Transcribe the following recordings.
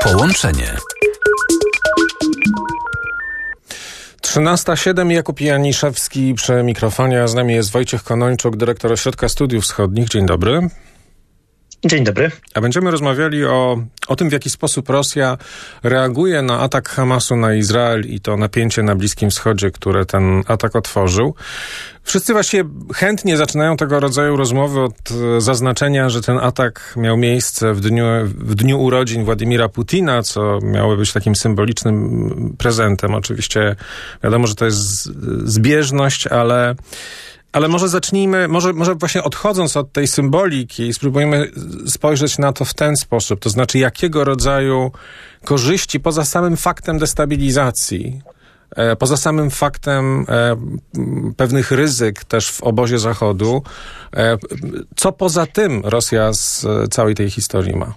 Połączenie. 13:07, Jakub Janiszewski przy mikrofonie, a z nami jest Wojciech Konończuk, dyrektor Ośrodka Studiów Wschodnich. Dzień dobry. Dzień dobry. A będziemy rozmawiali o tym, w jaki sposób Rosja reaguje na atak Hamasu na Izrael i to napięcie na Bliskim Wschodzie, które ten atak otworzył. Wszyscy właściwie chętnie zaczynają tego rodzaju rozmowy od zaznaczenia, że ten atak miał miejsce w dniu urodzin Władimira Putina, co miało być takim symbolicznym prezentem. Oczywiście wiadomo, że to jest zbieżność, ale może zacznijmy, może właśnie odchodząc od tej symboliki, spróbujmy spojrzeć na to w ten sposób, to znaczy jakiego rodzaju korzyści poza samym faktem destabilizacji, poza samym faktem pewnych ryzyk też w obozie Zachodu, co poza tym Rosja z całej tej historii ma?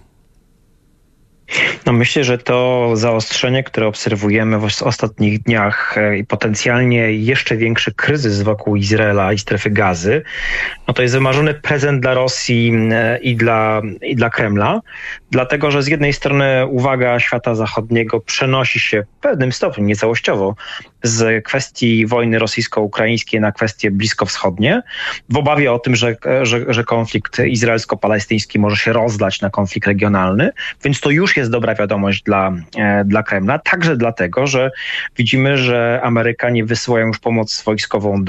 No myślę, że to zaostrzenie, które obserwujemy w ostatnich dniach i potencjalnie jeszcze większy kryzys wokół Izraela i strefy Gazy, no to jest wymarzony prezent dla Rosji i dla Kremla, dlatego że z jednej strony uwaga świata zachodniego przenosi się w pewnym stopniu, niecałościowo, z kwestii wojny rosyjsko-ukraińskiej na kwestie bliskowschodnie, w obawie o tym, że konflikt izraelsko-palestyński może się rozlać na konflikt regionalny, więc to już jest dobra wiadomość dla Kremla, także dlatego, że widzimy, że Amerykanie wysyłają już pomoc wojskową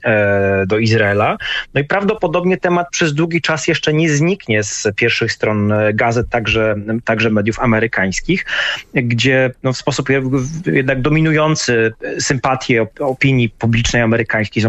do Izraela. No i prawdopodobnie temat przez długi czas jeszcze nie zniknie z pierwszych stron gazet, także mediów amerykańskich, gdzie w sposób jednak dominujący sympatie opinii publicznej amerykańskiej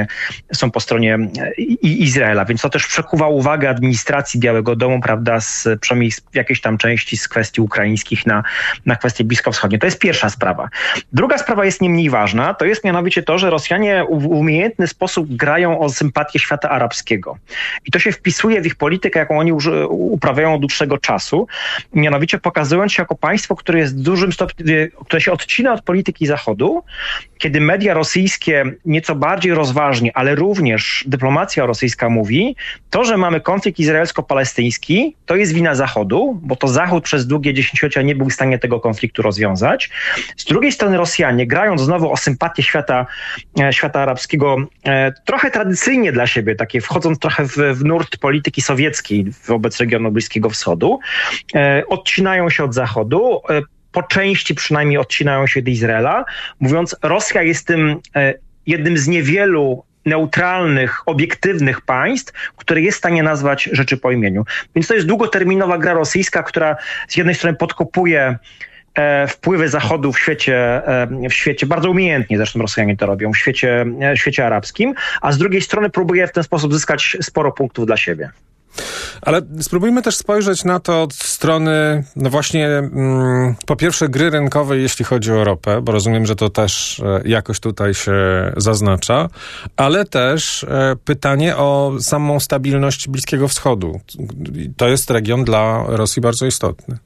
są po stronie Izraela, więc to też przekuwa uwagę administracji Białego Domu, prawda, przynajmniej w jakiejś tam części z kwestii ukraińskich na kwestie bliskowschodnie. To jest pierwsza sprawa. Druga sprawa jest nie mniej ważna, to jest mianowicie to, że Rosjanie w umiejętny sposób grają o sympatię świata arabskiego. I to się wpisuje w ich politykę, jaką oni uprawiają od dłuższego czasu, mianowicie pokazując się jako państwo, które jest w dużym stopniu, które się odcina od polityki Zachodu, kiedy media rosyjskie nieco bardziej rozważnie, ale również dyplomacja rosyjska mówi, to, że mamy konflikt izraelsko-palestyński, to jest wina Zachodu, bo to Zachód przez długie dziesięciolecia nie był w stanie tego konfliktu rozwiązać. Z drugiej strony Rosjanie, grając znowu o sympatię świata arabskiego, trochę tradycyjnie dla siebie, takie wchodząc trochę w nurt polityki sowieckiej wobec regionu Bliskiego Wschodu, odcinają się od Zachodu, po części przynajmniej odcinają się od Izraela, mówiąc, Rosja jest tym jednym z niewielu neutralnych, obiektywnych państw, które jest w stanie nazwać rzeczy po imieniu. Więc to jest długoterminowa gra rosyjska, która z jednej strony podkopuje wpływy Zachodu w świecie, bardzo umiejętnie zresztą Rosjanie to robią, w świecie arabskim, a z drugiej strony próbuje w ten sposób zyskać sporo punktów dla siebie. Ale spróbujmy też spojrzeć na to od strony, no właśnie, po pierwsze gry rynkowej, jeśli chodzi o ropę, bo rozumiem, że to też jakoś tutaj się zaznacza, ale też pytanie o samą stabilność Bliskiego Wschodu. To jest region dla Rosji bardzo istotny.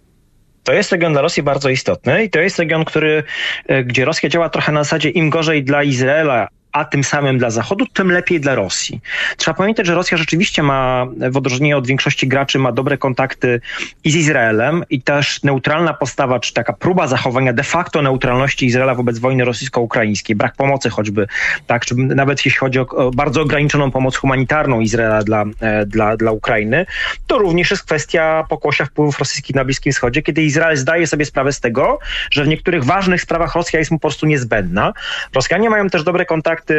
To jest region dla Rosji bardzo istotny i to jest region, gdzie Rosja działa trochę na zasadzie im gorzej dla Izraela, a tym samym dla Zachodu, tym lepiej dla Rosji. Trzeba pamiętać, że Rosja rzeczywiście ma, w odróżnieniu od większości graczy, ma dobre kontakty i z Izraelem i też neutralna postawa, czy taka próba zachowania de facto neutralności Izraela wobec wojny rosyjsko-ukraińskiej, brak pomocy choćby, tak, czy nawet jeśli chodzi o bardzo ograniczoną pomoc humanitarną Izraela dla Ukrainy, to również jest kwestia pokłosia wpływów rosyjskich na Bliskim Wschodzie, kiedy Izrael zdaje sobie sprawę z tego, że w niektórych ważnych sprawach Rosja jest mu po prostu niezbędna. Rosjanie mają też dobre kontakty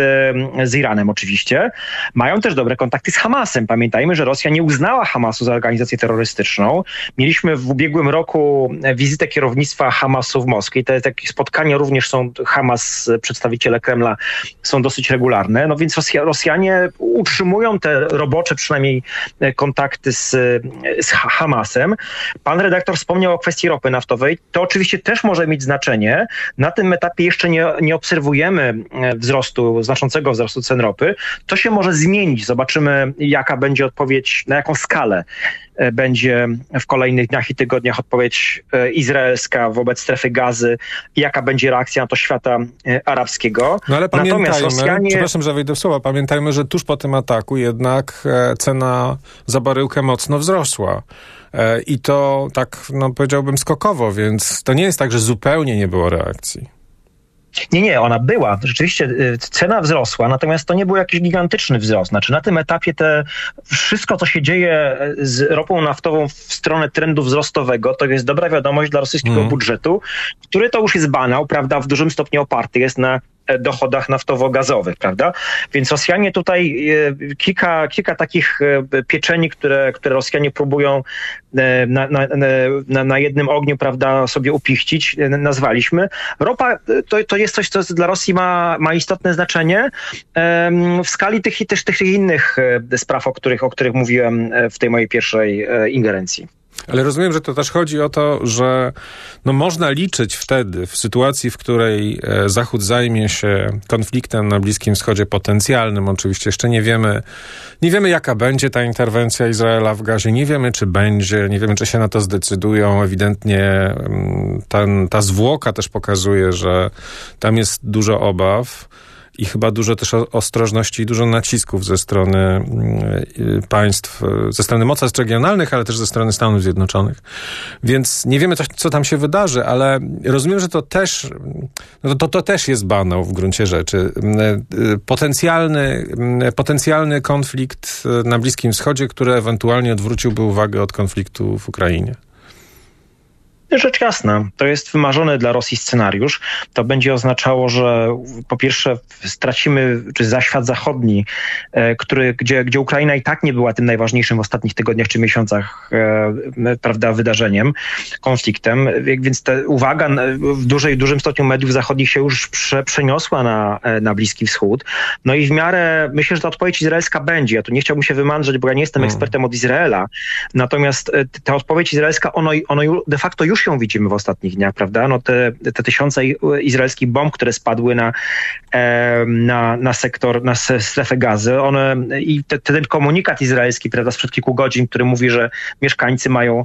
z Iranem oczywiście. Mają też dobre kontakty z Hamasem. Pamiętajmy, że Rosja nie uznała Hamasu za organizację terrorystyczną. Mieliśmy w ubiegłym roku wizytę kierownictwa Hamasu w Moskwie. Te takie spotkania również Hamas, przedstawiciele Kremla są dosyć regularne. No więc Rosjanie utrzymują te robocze przynajmniej kontakty z Hamasem. Pan redaktor wspomniał o kwestii ropy naftowej. To oczywiście też może mieć znaczenie. Na tym etapie jeszcze nie obserwujemy wzrostu znaczącego wzrostu cen ropy. To się może zmienić. Zobaczymy, jaka będzie odpowiedź, na jaką skalę będzie w kolejnych dniach i tygodniach odpowiedź izraelska wobec strefy Gazy i jaka będzie reakcja na to świata arabskiego. No ale pamiętajmy, natomiast Rosjanie... przepraszam, że wejdę w słowa, pamiętajmy, że tuż po tym ataku jednak cena za baryłkę mocno wzrosła. I to tak, powiedziałbym, skokowo, więc to nie jest tak, że zupełnie nie było reakcji. Nie, ona była. Rzeczywiście cena wzrosła, natomiast to nie był jakiś gigantyczny wzrost. Znaczy na tym etapie wszystko, co się dzieje z ropą naftową w stronę trendu wzrostowego, to jest dobra wiadomość dla rosyjskiego budżetu, który to już jest banał, prawda, w dużym stopniu oparty jest na dochodach naftowo-gazowych, prawda? Więc Rosjanie tutaj kilka takich pieczeni, które Rosjanie próbują na jednym ogniu, prawda, sobie upichcić, nazwaliśmy. Ropa to jest coś, co dla Rosji ma istotne znaczenie w skali tych innych spraw, o których mówiłem w tej mojej pierwszej ingerencji. Ale rozumiem, że to też chodzi o to, że można liczyć wtedy, w sytuacji, w której Zachód zajmie się konfliktem na Bliskim Wschodzie potencjalnym, oczywiście jeszcze nie wiemy jaka będzie ta interwencja Izraela w Gazie, nie wiemy czy będzie, nie wiemy czy się na to zdecydują. Ewidentnie ta zwłoka też pokazuje, że tam jest dużo obaw. I chyba dużo też ostrożności i dużo nacisków ze strony państw, ze strony mocarstw regionalnych, ale też ze strony Stanów Zjednoczonych. Więc nie wiemy, co tam się wydarzy, ale rozumiem, że to też, to też jest banał w gruncie rzeczy. Potencjalny konflikt na Bliskim Wschodzie, który ewentualnie odwróciłby uwagę od konfliktu w Ukrainie. Rzecz jasna, to jest wymarzony dla Rosji scenariusz. To będzie oznaczało, że po pierwsze stracimy, czy świat zachodni, gdzie Ukraina i tak nie była tym najważniejszym w ostatnich tygodniach czy miesiącach, prawda, wydarzeniem, konfliktem, więc ta uwaga w dużym stopniu mediów zachodnich się już przeniosła na Bliski Wschód. No i w miarę, myślę, że ta odpowiedź izraelska będzie. Ja tu nie chciałbym się wymandrzeć, bo ja nie jestem ekspertem od Izraela, natomiast ta odpowiedź izraelska, ono de facto już ją widzimy w ostatnich dniach, prawda? Te tysiące izraelskich bomb, które spadły na strefę Gazy, i ten komunikat izraelski, prawda, sprzed kilku godzin, który mówi, że mieszkańcy mają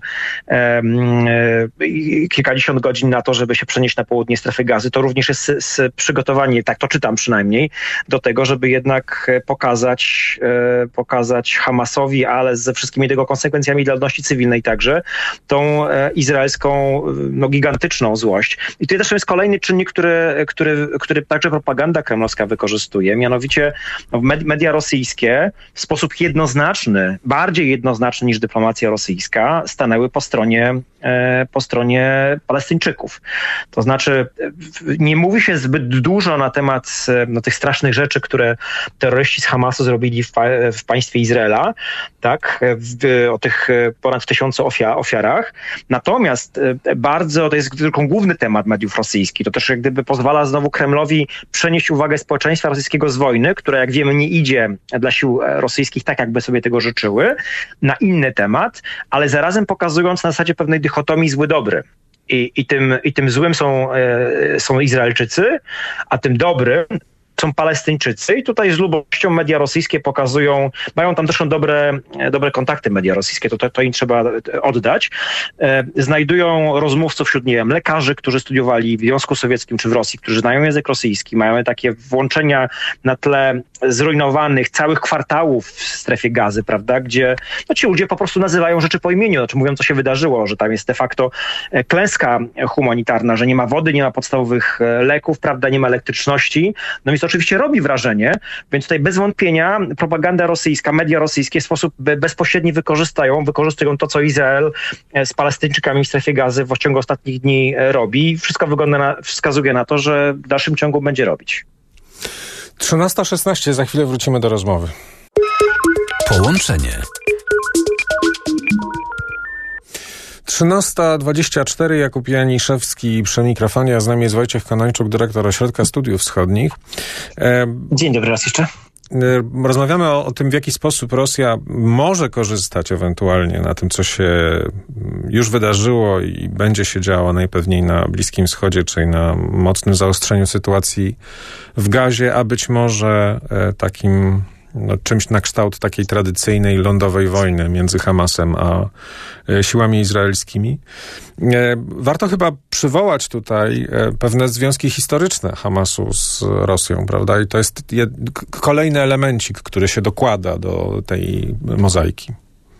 kilkadziesiąt godzin na to, żeby się przenieść na południe strefy Gazy, to również jest przygotowanie, tak to czytam przynajmniej, do tego, żeby jednak pokazać Hamasowi, ale ze wszystkimi tego konsekwencjami dla ludności cywilnej także, tą izraelską gigantyczną złość. I tutaj też jest kolejny czynnik, który także propaganda kremlowska wykorzystuje, mianowicie media rosyjskie w sposób jednoznaczny, bardziej jednoznaczny niż dyplomacja rosyjska, stanęły po stronie Palestyńczyków. To znaczy nie mówi się zbyt dużo na temat tych strasznych rzeczy, które terroryści z Hamasu zrobili w państwie Izraela, tak, o tych ponad 1000 ofiarach. Natomiast to jest tylko główny temat mediów rosyjskich. To też jak gdyby pozwala znowu Kremlowi przenieść uwagę społeczeństwa rosyjskiego z wojny, która jak wiemy nie idzie dla sił rosyjskich tak, jakby sobie tego życzyły, na inny temat, ale zarazem pokazując na zasadzie pewnej dychotomii zły-dobry. I tym złym są Izraelczycy, a tym dobrym są Palestyńczycy i tutaj z lubością media rosyjskie mają tam zresztą dobre kontakty media rosyjskie, to im trzeba oddać. Znajdują rozmówców wśród, lekarzy, którzy studiowali w Związku Sowieckim czy w Rosji, którzy znają język rosyjski, mają takie włączenia na tle zrujnowanych całych kwartałów w strefie Gazy, prawda, gdzie ci ludzie po prostu nazywają rzeczy po imieniu, mówią, co się wydarzyło, że tam jest de facto klęska humanitarna, że nie ma wody, nie ma podstawowych leków, prawda, nie ma elektryczności. No więc to oczywiście robi wrażenie, więc tutaj bez wątpienia propaganda rosyjska, media rosyjskie w sposób bezpośredni wykorzystują to, co Izrael z Palestyńczykami w strefie Gazy w ciągu ostatnich dni robi. Wszystko wskazuje na to, że w dalszym ciągu będzie robić. 13:16, za chwilę wrócimy do rozmowy. Połączenie. 13:24, Jakub Janiszewski przy mikrofonie, a z nami jest Wojciech Konończuk, dyrektor Ośrodka Studiów Wschodnich. Dzień dobry raz jeszcze. rozmawiamy o tym, w jaki sposób Rosja może korzystać ewentualnie na tym, co się już wydarzyło i będzie się działo najpewniej na Bliskim Wschodzie, czyli na mocnym zaostrzeniu sytuacji w Gazie, a być może takim czymś na kształt takiej tradycyjnej lądowej wojny między Hamasem a siłami izraelskimi. Warto chyba przywołać tutaj pewne związki historyczne Hamasu z Rosją, prawda? I to jest kolejny elemencik, który się dokłada do tej mozaiki.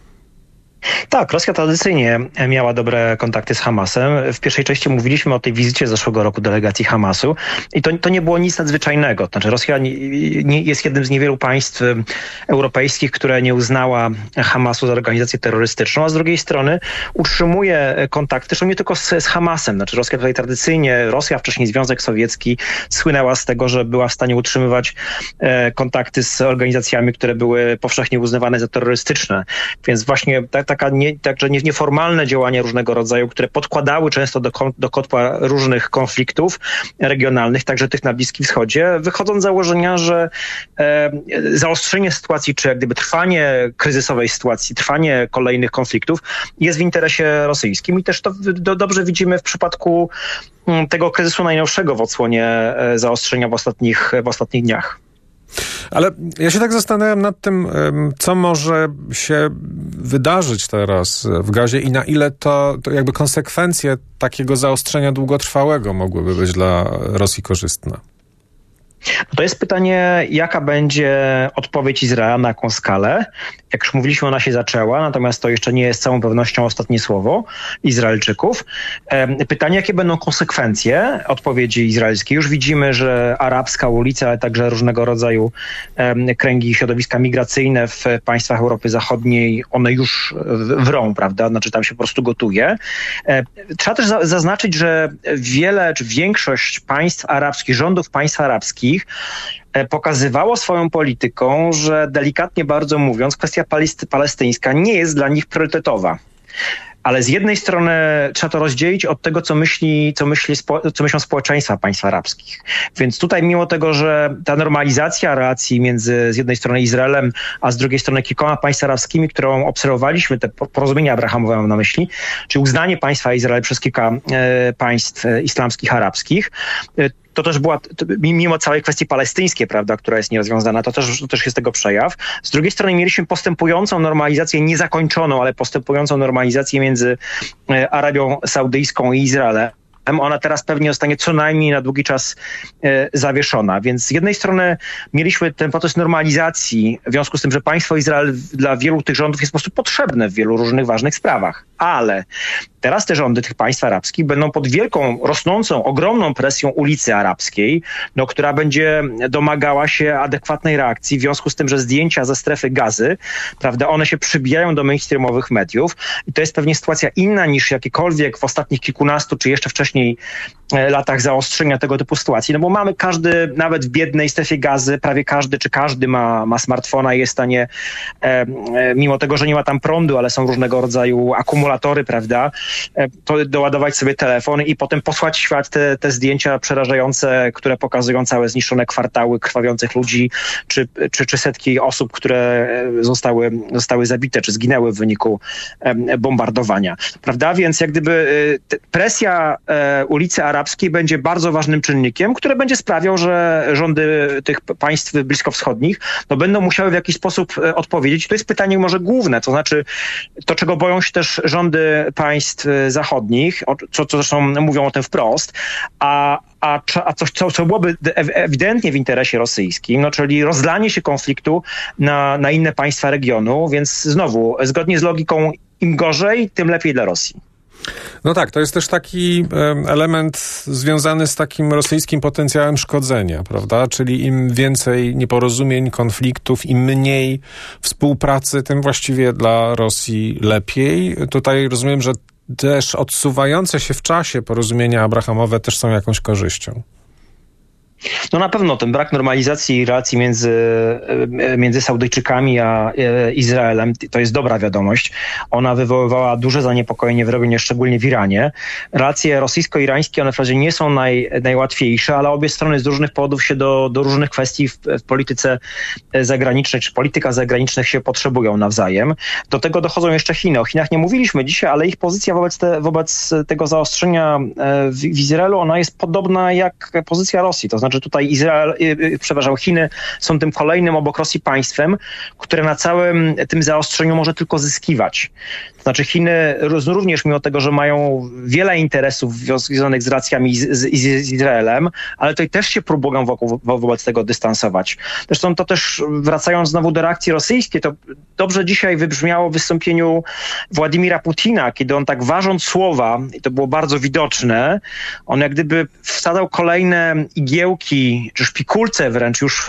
Tak, Rosja tradycyjnie miała dobre kontakty z Hamasem. W pierwszej części mówiliśmy o tej wizycie zeszłego roku delegacji Hamasu i to nie było nic nadzwyczajnego. To znaczy Rosja jest jednym z niewielu państw europejskich, które nie uznała Hamasu za organizację terrorystyczną, a z drugiej strony utrzymuje kontakty, zresztą nie tylko z Hamasem. Znaczy Rosja tutaj tradycyjnie, wcześniej Związek Sowiecki, słynęła z tego, że była w stanie utrzymywać kontakty z organizacjami, które były powszechnie uznawane za terrorystyczne. Więc właśnie także nieformalne działania różnego rodzaju, które podkładały często do kotła różnych konfliktów regionalnych, także tych na Bliskim Wschodzie, wychodzą z założenia, że zaostrzenie sytuacji, czy jak gdyby trwanie kryzysowej sytuacji, trwanie kolejnych konfliktów jest w interesie rosyjskim i też to dobrze widzimy w przypadku tego kryzysu najnowszego w odsłonie zaostrzenia w ostatnich dniach. Ale ja się tak zastanawiam nad tym, co może się wydarzyć teraz w Gazie i na ile to jakby konsekwencje takiego zaostrzenia długotrwałego mogłyby być dla Rosji korzystne. To jest pytanie, jaka będzie odpowiedź Izraela na jaką skalę. Jak już mówiliśmy, ona się zaczęła, natomiast to jeszcze nie jest z całą pewnością ostatnie słowo Izraelczyków. Pytanie, jakie będą konsekwencje odpowiedzi izraelskiej. Już widzimy, że arabska ulica, ale także różnego rodzaju kręgi, środowiska migracyjne w państwach Europy Zachodniej, one już wrą, prawda? Znaczy tam się po prostu gotuje. Trzeba też zaznaczyć, że większość państw arabskich, rządów państw arabskich pokazywało swoją polityką, że delikatnie bardzo mówiąc, kwestia palestyńska nie jest dla nich priorytetowa. Ale z jednej strony trzeba to rozdzielić od tego, co myślą społeczeństwa państw arabskich. Więc tutaj mimo tego, że ta normalizacja relacji między z jednej strony Izraelem, a z drugiej strony kilkoma państwami arabskimi, którą obserwowaliśmy, te porozumienia abrahamowe mam na myśli, czy uznanie państwa Izrael przez kilka państw islamskich, arabskich, to też była, mimo całej kwestii palestyńskiej, prawda, która jest nierozwiązana, to też jest tego przejaw. Z drugiej strony mieliśmy postępującą normalizację, niezakończoną, ale postępującą normalizację między Arabią Saudyjską i Izraelem. Ona teraz pewnie zostanie co najmniej na długi czas zawieszona. Więc z jednej strony mieliśmy ten proces normalizacji w związku z tym, że państwo Izrael dla wielu tych rządów jest po prostu potrzebne w wielu różnych ważnych sprawach. Ale teraz te rządy tych państw arabskich będą pod wielką, rosnącą, ogromną presją ulicy arabskiej, która będzie domagała się adekwatnej reakcji w związku z tym, że zdjęcia ze strefy Gazy, prawda, one się przybijają do mainstreamowych mediów i to jest pewnie sytuacja inna niż jakiekolwiek w ostatnich kilkunastu czy jeszcze wcześniej latach zaostrzenia tego typu sytuacji, bo mamy każdy, nawet w biednej strefie Gazy, prawie każdy ma smartfona i jest w stanie, mimo tego, że nie ma tam prądu, ale są różnego rodzaju akumulatory, prawda, to doładować sobie telefon i potem posłać w świat te zdjęcia przerażające, które pokazują całe zniszczone kwartały krwawiących ludzi, czy setki osób, które zostały zabite, czy zginęły w wyniku bombardowania, prawda, więc jak gdyby presja ulicy arabskiej będzie bardzo ważnym czynnikiem, który będzie sprawiał, że rządy tych państw bliskowschodnich będą musiały w jakiś sposób odpowiedzieć. To jest pytanie może główne, to znaczy to, czego boją się też rządy państw zachodnich, co zresztą mówią o tym wprost, a coś, co byłoby ewidentnie w interesie rosyjskim, czyli rozlanie się konfliktu na inne państwa regionu, więc znowu, zgodnie z logiką im gorzej, tym lepiej dla Rosji. No tak, to jest też taki element związany z takim rosyjskim potencjałem szkodzenia, prawda? Czyli im więcej nieporozumień, konfliktów, im mniej współpracy, tym właściwie dla Rosji lepiej. Tutaj rozumiem, że też odsuwające się w czasie porozumienia abrahamowe też są jakąś korzyścią. No na pewno ten brak normalizacji relacji między Saudyjczykami a Izraelem to jest dobra wiadomość. Ona wywoływała duże zaniepokojenie w regionie, szczególnie w Iranie. Relacje rosyjsko-irańskie, one wprawdzie nie są najłatwiejsze, ale obie strony z różnych powodów się do różnych kwestii w polityce zagranicznej, czy politykach zagranicznych się potrzebują nawzajem. Do tego dochodzą jeszcze Chiny. O Chinach nie mówiliśmy dzisiaj, ale ich pozycja wobec tego zaostrzenia w Izraelu, ona jest podobna jak pozycja Rosji. To znaczy tutaj Chiny są tym kolejnym obok Rosji państwem, które na całym tym zaostrzeniu może tylko zyskiwać. To znaczy Chiny również mimo tego, że mają wiele interesów związanych z relacjami z Izraelem, ale tutaj też się próbują wobec tego dystansować. Zresztą to też wracając znowu do reakcji rosyjskiej, to dobrze dzisiaj wybrzmiało w wystąpieniu Władimira Putina, kiedy on tak ważąc słowa, i to było bardzo widoczne, on jak gdyby wsadzał kolejne igiełki, czy szpikulce wręcz już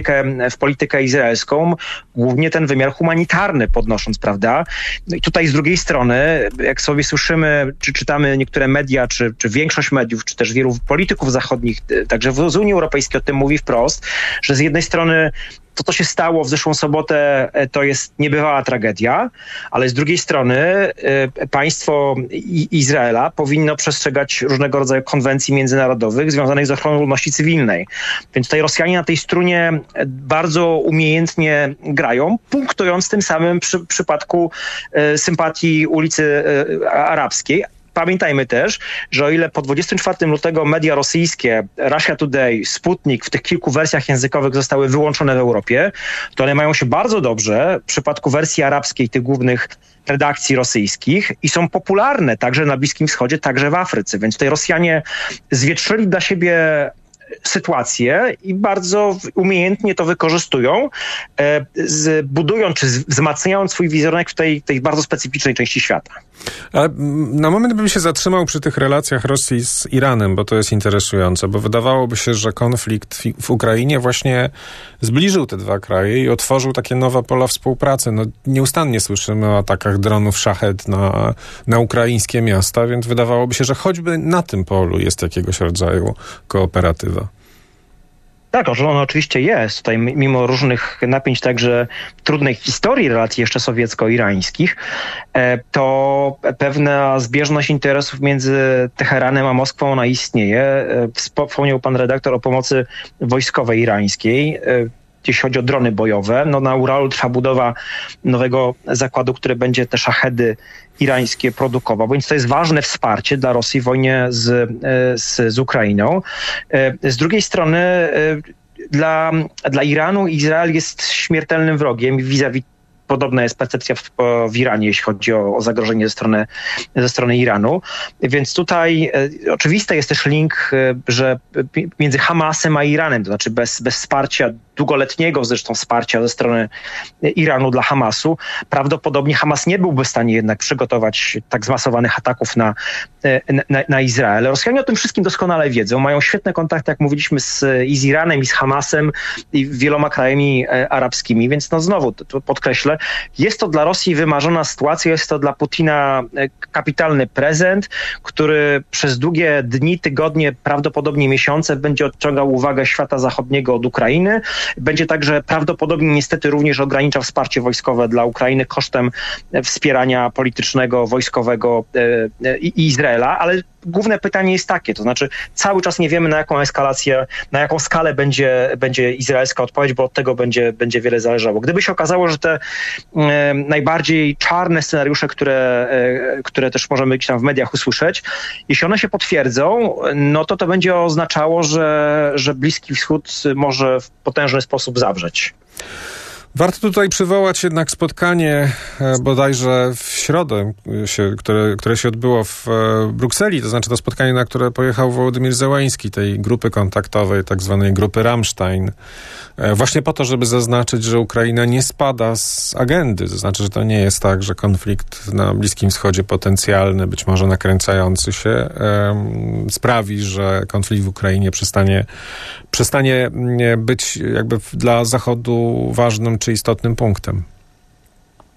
w politykę izraelską, głównie ten wymiar humanitarny podnosząc, prawda? No i tutaj z drugiej strony, jak sobie słyszymy, czy czytamy niektóre media, czy większość mediów, czy też wielu polityków zachodnich, także z Unii Europejskiej o tym mówi wprost, że z jednej strony to, co się stało w zeszłą sobotę, to jest niebywała tragedia, ale z drugiej strony państwo Izraela powinno przestrzegać różnego rodzaju konwencji międzynarodowych związanych z ochroną ludności cywilnej. Więc tutaj Rosjanie na tej strunie bardzo umiejętnie grają, punktując tym samym w przypadku sympatii ulicy Arabskiej. Pamiętajmy też, że o ile po 24 lutego media rosyjskie, Russia Today, Sputnik w tych kilku wersjach językowych zostały wyłączone w Europie, to one mają się bardzo dobrze w przypadku wersji arabskiej tych głównych redakcji rosyjskich i są popularne także na Bliskim Wschodzie, także w Afryce. Więc tutaj Rosjanie zwietrzyli dla siebie sytuację i bardzo umiejętnie to wykorzystują, budując czy wzmacniając swój wizerunek w tej bardzo specyficznej części świata. Ale na moment bym się zatrzymał przy tych relacjach Rosji z Iranem, bo to jest interesujące, bo wydawałoby się, że konflikt w Ukrainie właśnie zbliżył te dwa kraje i otworzył takie nowe pola współpracy. No, nieustannie słyszymy o atakach dronów Szahed na ukraińskie miasta, więc wydawałoby się, że choćby na tym polu jest jakiegoś rodzaju kooperatywa. Tak, że ono oczywiście jest. Tutaj mimo różnych napięć, także trudnej historii relacji jeszcze sowiecko-irańskich, to pewna zbieżność interesów między Teheranem a Moskwą, ona istnieje. Wspomniał pan redaktor o pomocy wojskowej irańskiej, jeśli chodzi o drony bojowe. No, na Uralu trwa budowa nowego zakładu, który będzie te szachedy irańskie produkował, więc to jest ważne wsparcie dla Rosji w wojnie z Ukrainą. Z drugiej strony dla Iranu Izrael jest śmiertelnym wrogiem vis-a-vis. Podobna jest percepcja w Iranie, jeśli chodzi o zagrożenie ze strony Iranu. Więc tutaj oczywisty jest też link, że między Hamasem a Iranem, to znaczy bez wsparcia, długoletniego zresztą wsparcia ze strony Iranu dla Hamasu, prawdopodobnie Hamas nie byłby w stanie jednak przygotować tak zmasowanych ataków na Izrael. Rosjanie o tym wszystkim doskonale wiedzą, mają świetne kontakty, jak mówiliśmy, i z Iranem, i z Hamasem, i wieloma krajami arabskimi, więc no znowu to podkreślę, jest to dla Rosji wymarzona sytuacja, jest to dla Putina kapitalny prezent, który przez długie dni, tygodnie, prawdopodobnie miesiące będzie odciągał uwagę świata zachodniego od Ukrainy. Będzie także prawdopodobnie niestety również ograniczał wsparcie wojskowe dla Ukrainy kosztem wspierania politycznego, wojskowego i Izraela, ale główne pytanie jest takie, to znaczy cały czas nie wiemy, na jaką eskalację, na jaką skalę będzie izraelska odpowiedź, bo od tego będzie wiele zależało. Gdyby się okazało, że te najbardziej czarne scenariusze, które też możemy gdzieś tam w mediach usłyszeć, jeśli one się potwierdzą, no to będzie oznaczało, że Bliski Wschód może w potężny sposób zawrzeć. Warto tutaj przywołać jednak spotkanie bodajże w środę, które się odbyło w Brukseli, to znaczy to spotkanie, na które pojechał Wołodymyr Zełański, tej grupy kontaktowej, tak zwanej grupy Rammstein, właśnie po to, żeby zaznaczyć, że Ukraina nie spada z agendy, to znaczy, że to nie jest tak, że konflikt na Bliskim Wschodzie potencjalny, być może nakręcający się, sprawi, że konflikt w Ukrainie przestanie być jakby dla Zachodu ważnym czy istotnym punktem.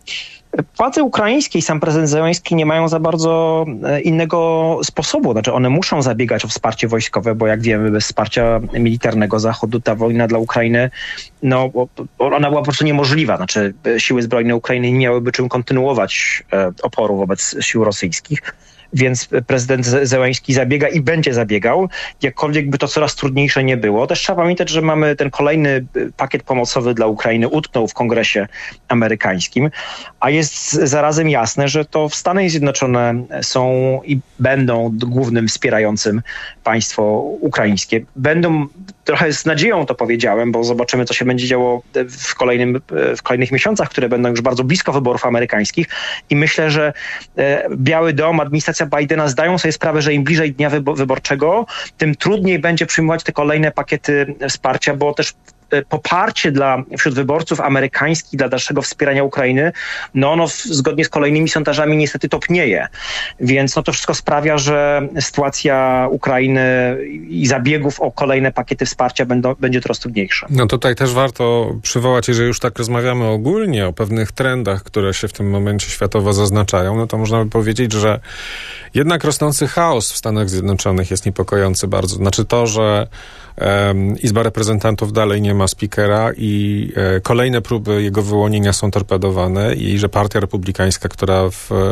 Władze ukraińskie i sam prezydent Zełenski nie mają za bardzo innego sposobu. Znaczy one muszą zabiegać o wsparcie wojskowe, bo jak wiemy, bez wsparcia militarnego Zachodu ta wojna dla Ukrainy, no ona była po prostu niemożliwa. Znaczy siły zbrojne Ukrainy nie miałyby czym kontynuować oporu wobec sił rosyjskich. Więc prezydent Zełenski zabiega i będzie zabiegał, jakkolwiek by to coraz trudniejsze nie było. Też trzeba pamiętać, że mamy ten kolejny pakiet pomocowy dla Ukrainy, utknął w Kongresie amerykańskim, a jest zarazem jasne, że to Stany Zjednoczone są i będą głównym wspierającym państwo ukraińskie. Będą, trochę z nadzieją to powiedziałem, bo zobaczymy, co się będzie działo w kolejnych miesiącach, które będą już bardzo blisko wyborów amerykańskich i myślę, że Biały Dom, administracja Bidena zdają sobie sprawę, że im bliżej dnia wyborczego, tym trudniej będzie przyjmować te kolejne pakiety wsparcia, bo też poparcie wśród wyborców amerykańskich dla dalszego wspierania Ukrainy, no ono zgodnie z kolejnymi sondażami niestety topnieje. Więc no to wszystko sprawia, że sytuacja Ukrainy i zabiegów o kolejne pakiety wsparcia będzie coraz trudniejsza. No tutaj też warto przywołać, jeżeli już tak rozmawiamy ogólnie o pewnych trendach, które się w tym momencie światowo zaznaczają, no to można by powiedzieć, że jednak rosnący chaos w Stanach Zjednoczonych jest niepokojący bardzo. Znaczy to, że Izba Reprezentantów dalej nie ma spikera i kolejne próby jego wyłonienia są torpedowane i że Partia Republikańska, która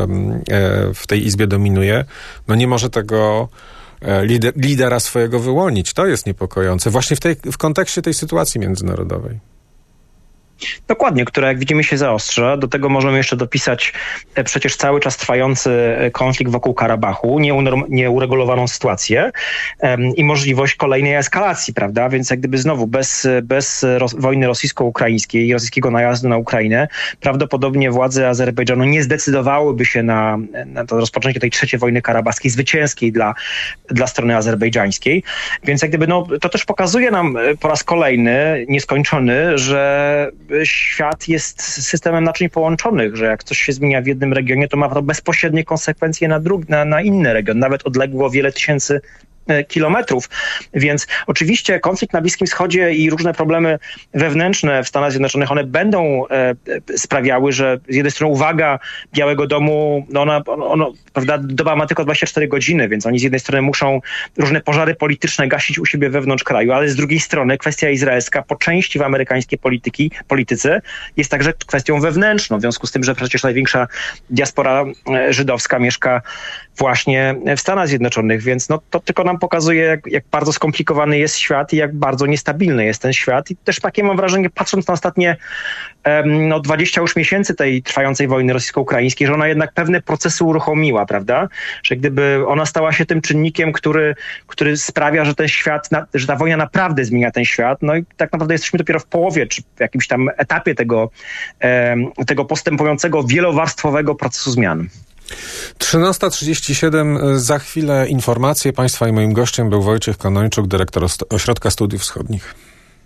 w tej Izbie dominuje, no nie może tego lidera swojego wyłonić. To jest niepokojące właśnie w kontekście tej sytuacji międzynarodowej. Dokładnie, która jak widzimy się zaostrza. Do tego możemy jeszcze dopisać przecież cały czas trwający konflikt wokół Karabachu, nieuregulowaną sytuację i możliwość kolejnej eskalacji, prawda? Więc jak gdyby znowu bez wojny rosyjsko-ukraińskiej i rosyjskiego najazdu na Ukrainę, prawdopodobnie władze Azerbejdżanu nie zdecydowałyby się na to rozpoczęcie tej trzeciej wojny karabachskiej, zwycięskiej dla strony azerbejdżańskiej. Więc jak gdyby to też pokazuje nam po raz kolejny, nieskończony, że świat jest systemem naczyń połączonych, że jak coś się zmienia w jednym regionie, to ma to bezpośrednie konsekwencje na inny region, nawet odległy o wiele tysięcy kilometrów. Więc oczywiście konflikt na Bliskim Wschodzie i różne problemy wewnętrzne w Stanach Zjednoczonych, one będą sprawiały, że z jednej strony uwaga Białego Domu, prawda, doba ma tylko 24 godziny, więc oni z jednej strony muszą różne pożary polityczne gasić u siebie wewnątrz kraju, ale z drugiej strony kwestia izraelska po części w amerykańskiej polityce jest także kwestią wewnętrzną, w związku z tym, że przecież największa diaspora żydowska mieszka właśnie w Stanach Zjednoczonych, więc to tylko nam pokazuje, jak bardzo skomplikowany jest świat i jak bardzo niestabilny jest ten świat. I też takie mam wrażenie, patrząc na ostatnie 20 już miesięcy tej trwającej wojny rosyjsko-ukraińskiej, że ona jednak pewne procesy uruchomiła, prawda? Że gdyby ona stała się tym czynnikiem, który sprawia, że ten świat, że ta wojna naprawdę zmienia ten świat, no i tak naprawdę jesteśmy dopiero w połowie, czy w jakimś tam etapie tego postępującego, wielowarstwowego procesu zmian. 13:37, za chwilę informacje państwa i moim gościem był Wojciech Konończuk, dyrektor Ośrodka Studiów Wschodnich.